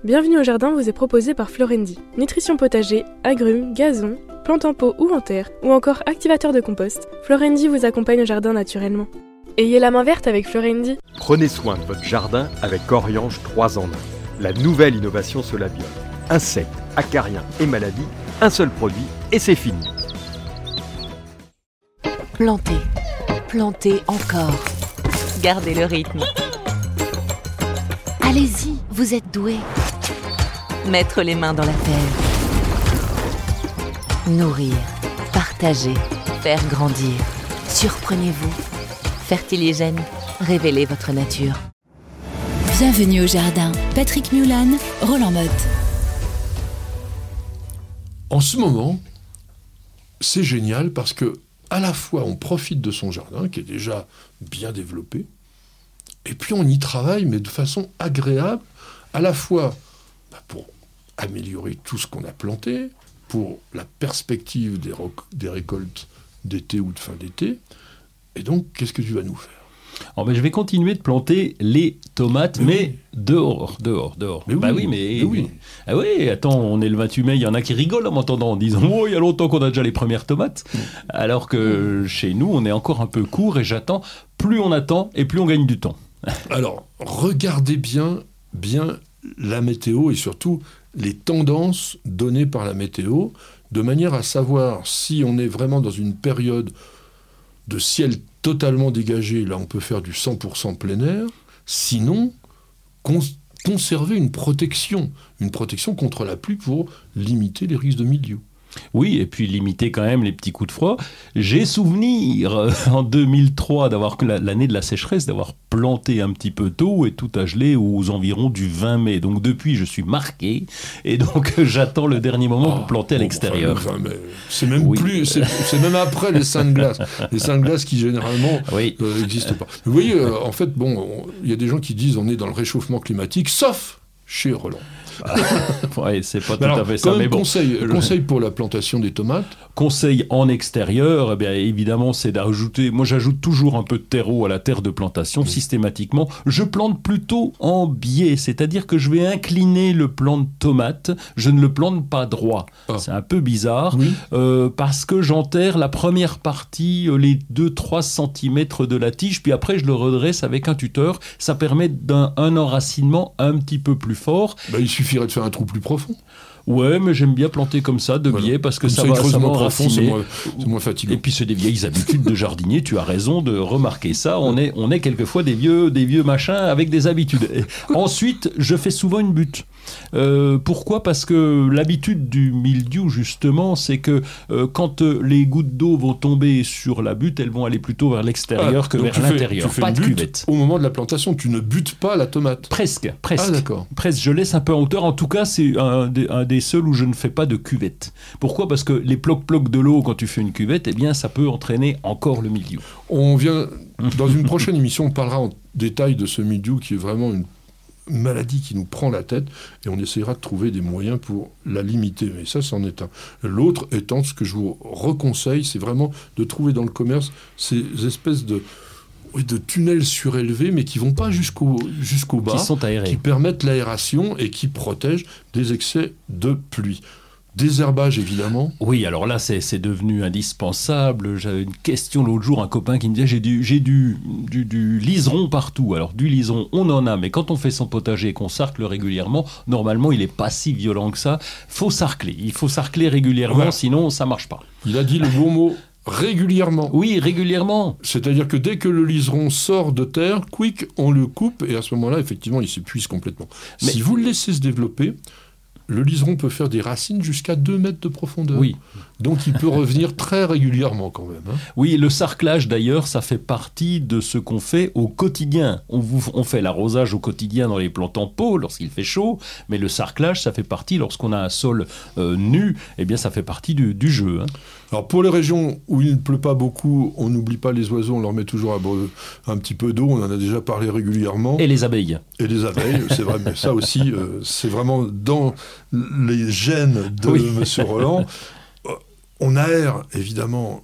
Bienvenue au jardin vous est proposé par Florendi. Nutrition potager, agrumes, gazon, plantes en pot ou en terre, ou encore activateur de compost, Florendi vous accompagne au jardin naturellement. Ayez la main verte avec Florendi. Prenez soin de votre jardin avec Oriange 3 en 1. La nouvelle innovation Solabiol. Insectes, acariens et maladies, un seul produit et c'est fini. Plantez, plantez encore. Gardez le rythme. Allez-y, vous êtes doués. Mettre les mains dans la terre. Nourrir, partager, faire grandir. Surprenez-vous. Fertiligène, révélez votre nature. Bienvenue au jardin. Patrick Mulan, Roland Motte. En ce moment, c'est génial parce que à la fois on profite de son jardin qui est déjà bien développé, et puis on y travaille mais de façon agréable, à la fois pour améliorer tout ce qu'on a planté, pour la perspective des récoltes d'été ou de fin d'été. Et donc, qu'est-ce que tu vas nous faire ? Alors, je vais continuer de planter les tomates, mais dehors. Mais oui. Ah oui, attends, on est le 28 mai, il y en a qui rigolent en m'entendant en disant « Oh, il y a longtemps qu'on a déjà les premières tomates ». Alors que chez nous, on est encore un peu court et j'attends. Plus on attend et plus on gagne du temps. Alors, regardez bien la météo et surtout les tendances données par la météo, de manière à savoir si on est vraiment dans une période de ciel totalement dégagé, là on peut faire du 100% plein air, sinon conserver une protection contre la pluie pour limiter les risques de mildiou. Oui, et puis limiter quand même les petits coups de froid. J'ai souvenir en 2003, l'année de la sécheresse, d'avoir planté un petit peu tôt et tout a gelé aux environs du 20 mai. Donc depuis, je suis marqué et donc j'attends le dernier moment pour planter à l'extérieur. C'est même c'est même après les seins de glace. Les seins de glace qui généralement n'existent pas. Vous voyez, en fait, il y a des gens qui disent on est dans le réchauffement climatique, sauf chez Roland. Ouais, c'est pas tout à fait ça. Mais bon. Conseil pour la plantation des tomates. Conseil en extérieur, eh bien, évidemment, c'est d'ajouter. Moi, j'ajoute toujours un peu de terreau à la terre de plantation, systématiquement. Je plante plutôt en biais, c'est-à-dire que je vais incliner le plant de tomate. Je ne le plante pas droit. C'est un peu bizarre, parce que j'enterre la première partie, les 2-3 cm de la tige, puis après, je le redresse avec un tuteur. Ça permet d'un enracinement un petit peu plus fort. Il suffirait de faire un trou plus profond. Ouais, mais j'aime bien planter comme ça, de biais, parce que ça va enraciner. C'est moins fatigant. Et puis c'est des vieilles habitudes de jardinier, tu as raison de remarquer ça. On est quelquefois des vieux machins avec des habitudes. Et ensuite, je fais souvent une butte. Pourquoi ? Parce que l'habitude du mildiou, justement, c'est que quand les gouttes d'eau vont tomber sur la butte, elles vont aller plutôt vers l'extérieur que vers l'intérieur. Pas de cuvette. Au moment de la plantation, tu ne butes pas la tomate. Presque. Ah, d'accord. Presque, je laisse un peu en hauteur. En tout cas, c'est un des seuls où je ne fais pas de cuvette. Pourquoi ? Parce que les plocs de l'eau, quand tu fais une cuvette, eh bien, ça peut entraîner encore le mildiou. Dans une prochaine émission, on parlera en détail de ce mildiou qui est vraiment une maladie qui nous prend la tête et on essaiera de trouver des moyens pour la limiter. Mais ça, c'en est un. L'autre étant, ce que je vous reconseille, c'est vraiment de trouver dans le commerce ces espèces de tunnels surélevés, mais qui ne vont pas jusqu'au bas, qui sont aérés, qui permettent l'aération et qui protègent des excès de pluie. Désherbage, évidemment. Oui, alors là, c'est devenu indispensable. J'avais une question l'autre jour, un copain qui me disait j'ai du liseron partout. Alors, du liseron, on en a, mais quand on fait son potager et qu'on sarcle régulièrement, normalement, il n'est pas si violent que ça. Il faut sarcler régulièrement, sinon, ça ne marche pas. Il a dit le bon mot. Régulièrement. Oui, régulièrement. C'est-à-dire que dès que le liseron sort de terre, on le coupe et à ce moment-là, effectivement, il s'épuise complètement. Mais si vous le laissez se développer, le liseron peut faire des racines jusqu'à 2 mètres de profondeur. Oui. Donc il peut revenir très régulièrement quand même. Oui, le sarclage d'ailleurs, ça fait partie de ce qu'on fait au quotidien. On fait l'arrosage au quotidien dans les plantes en pot lorsqu'il fait chaud, mais le sarclage, ça fait partie, lorsqu'on a un sol nu, eh bien ça fait partie du jeu. Alors pour les régions où il ne pleut pas beaucoup, on n'oublie pas les oiseaux, on leur met toujours un petit peu d'eau, on en a déjà parlé régulièrement. Et les abeilles. C'est vrai, mais ça aussi, c'est vraiment dans les gènes de Monsieur Roland. On aère évidemment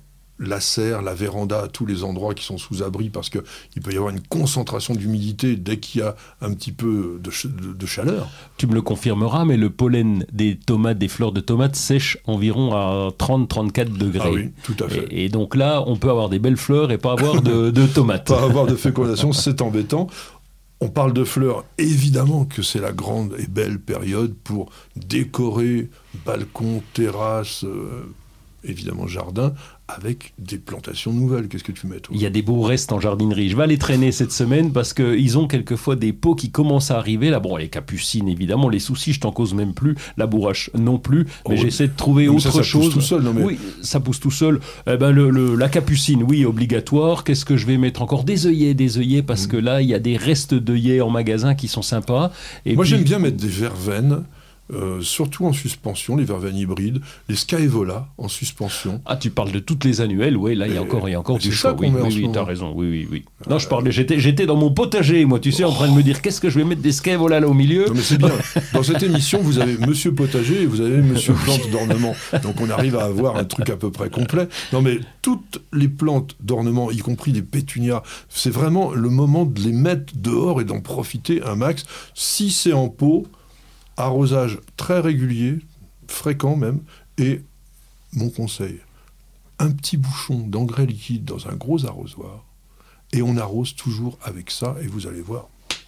la serre, la véranda, tous les endroits qui sont sous abri, parce qu'il peut y avoir une concentration d'humidité dès qu'il y a un petit peu de chaleur. Tu me le confirmeras, mais le pollen des tomates, des fleurs de tomates sèche environ à 30-34 degrés. Ah oui, tout à fait. Et donc là, on peut avoir des belles fleurs et pas avoir de tomates. Pas avoir de fécondation, c'est embêtant. On parle de fleurs, évidemment que c'est la grande et belle période pour décorer balcon, terrasse, évidemment jardin, avec des plantations nouvelles. Qu'est-ce que tu mets, toi ? Il y a des beaux restes en jardinerie. Je vais aller traîner cette semaine parce qu'ils ont quelquefois des pots qui commencent à arriver. Là, bon, les capucines, évidemment, les soucis, je t'en cause même plus. La bourrache non plus. Mais j'essaie de trouver autre chose. Ça pousse tout seul, non mais... Oui, ça pousse tout seul. La capucine, oui, obligatoire. Qu'est-ce que je vais mettre encore ? Des œillets, parce que là, il y a des restes d'œillets en magasin qui sont sympas. Et moi, puis... j'aime bien mettre des verveines. Surtout en suspension, les verveines hybrides, les Scaevola en suspension. Ah, tu parles de toutes les annuelles, oui, là il y a encore du choix. Oui, t'as raison, oui. Non, je parlais, j'étais dans mon potager, moi, tu sais, en train de me dire qu'est-ce que je vais mettre des Scaevola là au milieu. Non, mais c'est bien. Dans cette émission, vous avez Monsieur Potager et vous avez Monsieur Plante d'ornement. Donc on arrive à avoir un truc à peu près complet. Non, mais toutes les plantes d'ornement, y compris des pétunias, c'est vraiment le moment de les mettre dehors et d'en profiter un max. Si c'est en pot, arrosage très régulier, fréquent même, et mon conseil, un petit bouchon d'engrais liquide dans un gros arrosoir, et on arrose toujours avec ça, et vous allez voir,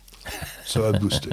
ça va booster.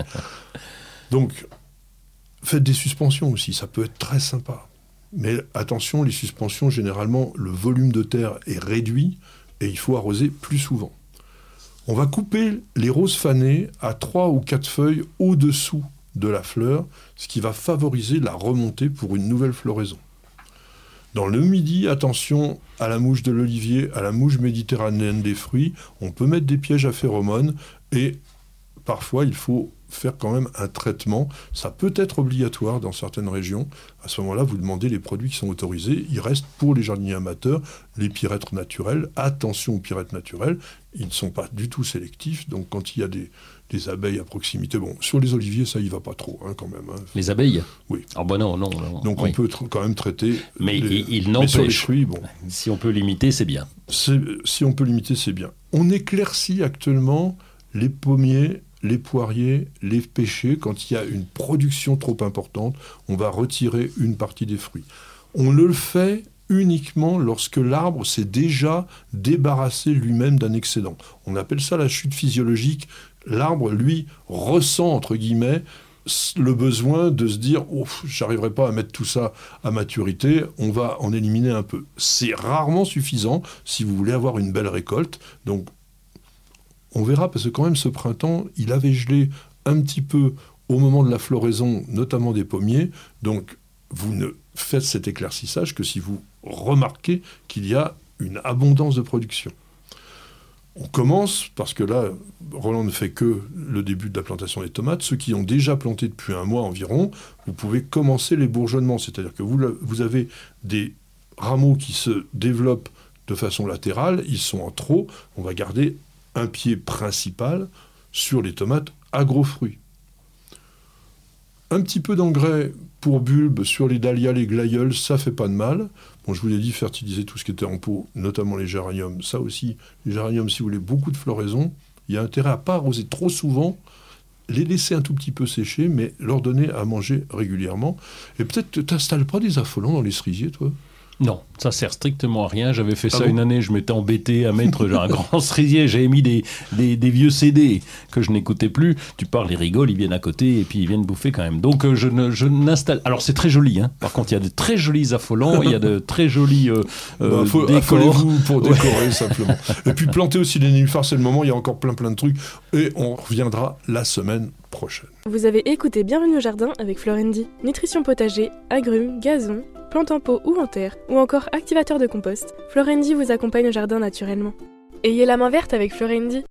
Donc, faites des suspensions aussi, ça peut être très sympa. Mais attention, les suspensions, généralement, le volume de terre est réduit, et il faut arroser plus souvent. On va couper les roses fanées à 3 ou 4 feuilles au-dessous de la fleur, ce qui va favoriser la remontée pour une nouvelle floraison. Dans le midi, attention à la mouche de l'olivier, à la mouche méditerranéenne des fruits. On peut mettre des pièges à phéromones et parfois il faut faire quand même un traitement. Ça peut être obligatoire dans certaines régions. À ce moment-là, vous demandez les produits qui sont autorisés. Il reste pour les jardiniers amateurs les pyrètres naturels. Attention aux pyrètres naturels, ils ne sont pas du tout sélectifs. Donc quand il y a des abeilles à proximité, bon, sur les oliviers, ça y va pas trop quand même. Les abeilles ? Oui. Ah bah non. Donc on peut quand même traiter. Mais il mais sur les n'empêche. fruits, bon. Si on peut limiter, c'est bien. Si on peut limiter, c'est bien. On éclaircit actuellement les pommiers, les poiriers, les pêchers. Quand il y a une production trop importante, on va retirer une partie des fruits. On le fait uniquement lorsque l'arbre s'est déjà débarrassé lui-même d'un excédent. On appelle ça la chute physiologique. L'arbre, lui, ressent, entre guillemets, le besoin de se dire « j'arriverai pas à mettre tout ça à maturité, on va en éliminer un peu ». C'est rarement suffisant si vous voulez avoir une belle récolte. Donc, on verra, parce que quand même, ce printemps, il avait gelé un petit peu au moment de la floraison, notamment des pommiers. Donc, vous ne faites cet éclaircissage que si vous remarquez qu'il y a une abondance de production. On commence, parce que là, Roland ne fait que le début de la plantation des tomates. Ceux qui ont déjà planté depuis un mois environ, vous pouvez commencer les bourgeonnements. C'est-à-dire que vous avez des rameaux qui se développent de façon latérale, ils sont en trop, on va garder un pied principal sur les tomates à gros fruits. Un petit peu d'engrais pour bulbes sur les dahlias, les glaïeuls, ça fait pas de mal. Bon, je vous l'ai dit, fertiliser tout ce qui était en pot, notamment les géraniums. Ça aussi, les géraniums, si vous voulez beaucoup de floraison, il y a intérêt à pas arroser trop souvent, les laisser un tout petit peu sécher, mais leur donner à manger régulièrement. Et peut-être, tu n'installes pas des affolants dans les cerisiers, toi ? Non, ça sert strictement à rien. J'avais fait ça une année, je m'étais embêté à mettre un grand cerisier. J'avais mis des vieux CD que je n'écoutais plus. Tu parles, ils rigolent, ils viennent à côté et puis ils viennent bouffer quand même. Donc je n'installe... Alors c'est très joli, hein. Par contre il y a de très jolis affolants, il y a de très jolis décors. Affolez-vous pour décorer simplement. Et puis planter aussi les nénuphars, c'est le moment, il y a encore plein de trucs. Et on reviendra la semaine prochaine. Vous avez écouté Bienvenue au jardin avec Florendi. Nutrition potager, agrumes, gazon, plantes en pot ou en terre, ou encore activateur de compost, Florendi vous accompagne au jardin naturellement. Ayez la main verte avec Florendi.